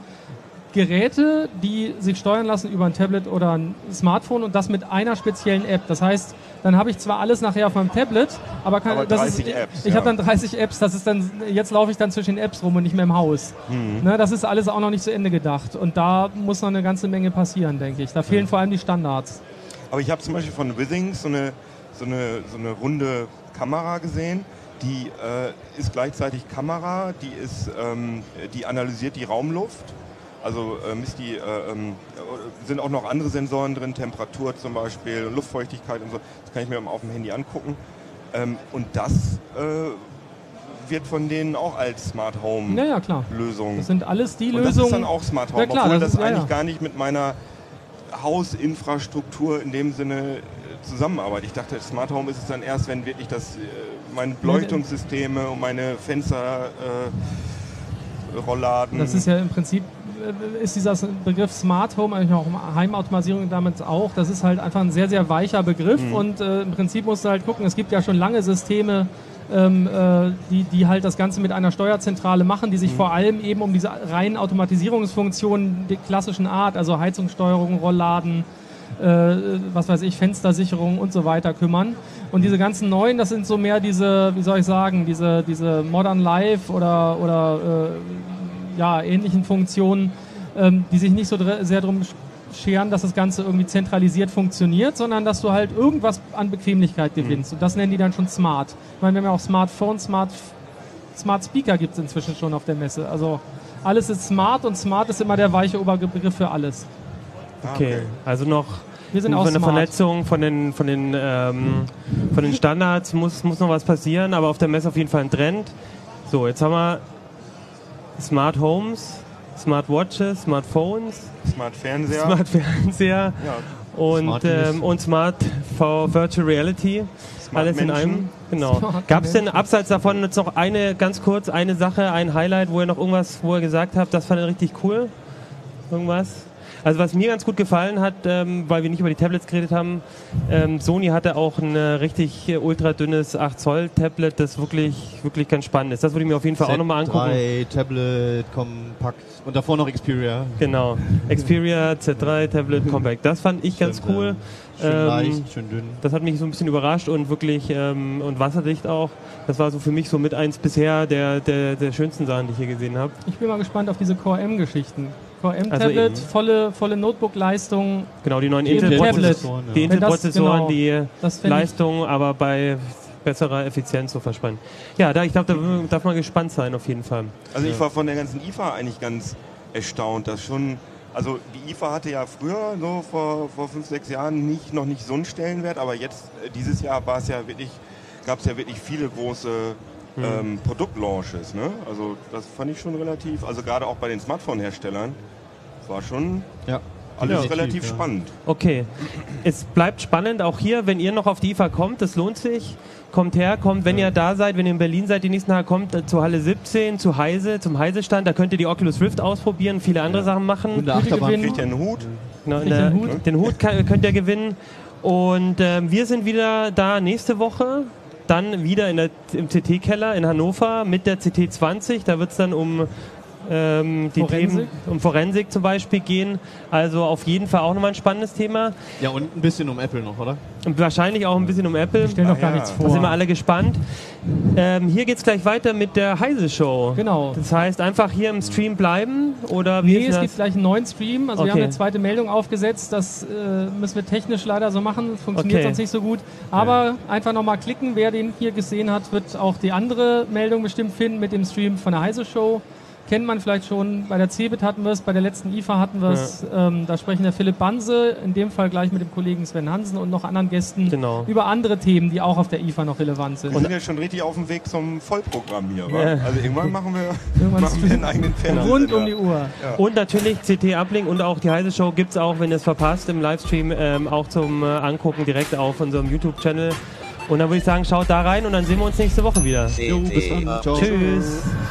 Geräte, die sich steuern lassen über ein Tablet oder ein Smartphone und das mit einer speziellen App. Das heißt, dann habe ich zwar alles nachher auf meinem Tablet, aber, kann, Aber das dreißig ist, Apps, ich ja. habe dann dreißig Apps, das ist dann, jetzt laufe ich dann zwischen den Apps rum und nicht mehr im Haus. Ne, das ist alles auch noch nicht zu Ende gedacht und da muss noch eine ganze Menge passieren, denke ich. Da fehlen vor allem die Standards. Aber ich habe zum Beispiel von Withings so eine, so eine, so eine runde Kamera gesehen, die äh, ist gleichzeitig Kamera, die, ist, ähm, die analysiert die Raumluft. Also äh, misst die, äh, ähm, sind auch noch andere Sensoren drin, Temperatur zum Beispiel, Luftfeuchtigkeit und so. Das kann ich mir auf dem Handy angucken. Ähm, und das äh, wird von denen auch als Smart Home Ja, ja, klar. Lösung. Das sind alles die und das Lösungen. ist dann auch Smart Home, Ja, klar, obwohl das das, ist- ja, eigentlich ja. gar nicht mit meiner Hausinfrastruktur in dem Sinne äh, zusammenarbeitet. Ich dachte, Smart Home ist es dann erst, wenn wirklich das, äh, meine Beleuchtungssysteme und meine Fenster, äh, Rollladen. Das ist ja im Prinzip, äh, ist dieser Begriff Smart Home, eigentlich auch Heimautomatisierung damit auch, das ist halt einfach ein sehr, sehr weicher Begriff und äh, im Prinzip musst du halt gucken, es gibt ja schon lange Systeme, ähm, äh, die, die halt das Ganze mit einer Steuerzentrale machen, die sich vor allem eben um diese reinen Automatisierungsfunktionen der klassischen Art, also Heizungssteuerung, Rollladen, äh, was weiß ich, Fenstersicherung und so weiter kümmern. Und diese ganzen neuen, das sind so mehr diese, wie soll ich sagen, diese, diese Modern Life oder, oder äh, ja, ähnlichen Funktionen, ähm, die sich nicht so dr- sehr drum scheren, dass das Ganze irgendwie zentralisiert funktioniert, sondern dass du halt irgendwas an Bequemlichkeit gewinnst. Und das nennen die dann schon Smart. Ich meine, wir haben ja auch Smartphones, Smart, Smart Speaker gibt es inzwischen schon auf der Messe. Also alles ist smart und smart ist immer der weiche Oberbegriff für alles. Okay, also noch Wir sind auch von der smart. Vernetzung, von den, von den, ähm, von den Standards muss, muss noch was passieren, aber auf der Messe auf jeden Fall ein Trend. So, jetzt haben wir Smart Homes, Smart Watches, Smartphones, Smart Fernseher. Smart Fernseher Ja. und, Smarties. ähm, und Smart for Virtual Reality. Smart Alles in Menschen. einem. Genau. Smart Gab es denn Menschen. abseits davon jetzt noch eine, ganz kurz, eine Sache, ein Highlight, wo ihr noch irgendwas, wo ihr gesagt habt, das fand ihr richtig cool? Irgendwas? Also was mir ganz gut gefallen hat, ähm, weil wir nicht über die Tablets geredet haben, ähm, Sony hatte auch ein äh, richtig äh, ultra dünnes acht Zoll Tablet, das wirklich, wirklich ganz spannend ist. Das würde ich mir auf jeden Fall auch nochmal angucken. Z drei, Tablet, Kompakt und davor noch Xperia. Genau. Xperia Z drei Tablet Compact. Das fand ich ganz Stimmt, cool. Schön Ähm, leicht, schön dünn. Das hat mich so ein bisschen überrascht und wirklich ähm, und wasserdicht auch. Das war so für mich so mit eins bisher der, der, der schönsten Sachen, die ich hier gesehen habe. Ich bin mal gespannt auf diese Core M-Geschichten. Core Also M-Tablet, eben. volle, volle Notebook-Leistung. Genau, die neuen Die Intel-Prozessoren, Tablet. die Wenn das- Intel-Prozessoren, genau, die das fänd ich- Leistung, aber bei besserer Effizienz so verspannen. Ja, da, ich glaube, da darf man gespannt sein auf jeden Fall. Also ich war von der ganzen I F A eigentlich ganz erstaunt, dass schon, also die I F A hatte ja früher, so vor, vor fünf, sechs Jahren, nicht, noch nicht so einen Stellenwert, aber jetzt, äh, dieses Jahr war es ja wirklich, gab es ja wirklich viele große ähm, Produktlaunches, ne? Also das fand ich schon relativ, also gerade auch bei den Smartphone-Herstellern, war schon Ja. alles Definitiv, relativ ja. spannend. Okay, es bleibt spannend, auch hier, wenn ihr noch auf die I F A kommt, das lohnt sich. Kommt her, kommt, wenn ihr da seid, wenn ihr in Berlin seid, die nächsten Tage kommt, äh, zur Halle siebzehn, zu Heise, zum Heise-Stand, da könnt ihr die Oculus Rift ausprobieren, viele andere Sachen machen. Und der Gute Achterbahn. Gewinn. Kriegt ihr einen Hut? Genau, Kriegt der, den Hut. den Hut kann, könnt ihr gewinnen. Und ähm, wir sind wieder da nächste Woche, dann wieder in der, im C T-Keller in Hannover mit der C T zwanzig. Da wird es dann um ähm, die Forensik. Themen, um Forensik zum Beispiel gehen. Also auf jeden Fall auch nochmal ein spannendes Thema. Ja, und ein bisschen um Apple noch, oder? Und wahrscheinlich auch ein bisschen um Apple. Ich stelle noch Ah, gar ja. nichts Da sind wir vor. alle gespannt. Ähm, hier geht's gleich weiter mit der Heise-Show. Genau. Das heißt, einfach hier im Stream bleiben oder wie Nee, ist es das? gibt gleich einen neuen Stream. Also wir Okay. haben eine zweite Meldung aufgesetzt. Das äh, müssen wir technisch leider so machen. Das funktioniert Okay. sonst nicht so gut. Aber einfach nochmal klicken. Wer den hier gesehen hat, wird auch die andere Meldung bestimmt finden mit dem Stream von der Heise Show. Kennt man vielleicht schon. Bei der Cebit hatten wir es, bei der letzten I F A hatten wir es. Ähm, da sprechen der Philipp Banse, in dem Fall gleich mit dem Kollegen Sven Hansen und noch anderen Gästen Genau. über andere Themen, die auch auf der I F A noch relevant sind. Wir sind ja schon richtig auf dem Weg zum Vollprogramm hier, wa? Ja. Also irgendwann machen wir, Irgendwann machen wir einen eigenen Fernsehsender. Rund um die Uhr. Und natürlich C T-Uplink und auch die Heise-Show gibt es auch, wenn ihr es verpasst, im Livestream ähm, auch zum äh, Angucken direkt auf unserem YouTube-Channel. Und dann würde ich sagen, schaut da rein und dann sehen wir uns nächste Woche wieder. C Jo, bis T dann. Ciao. Tschüss.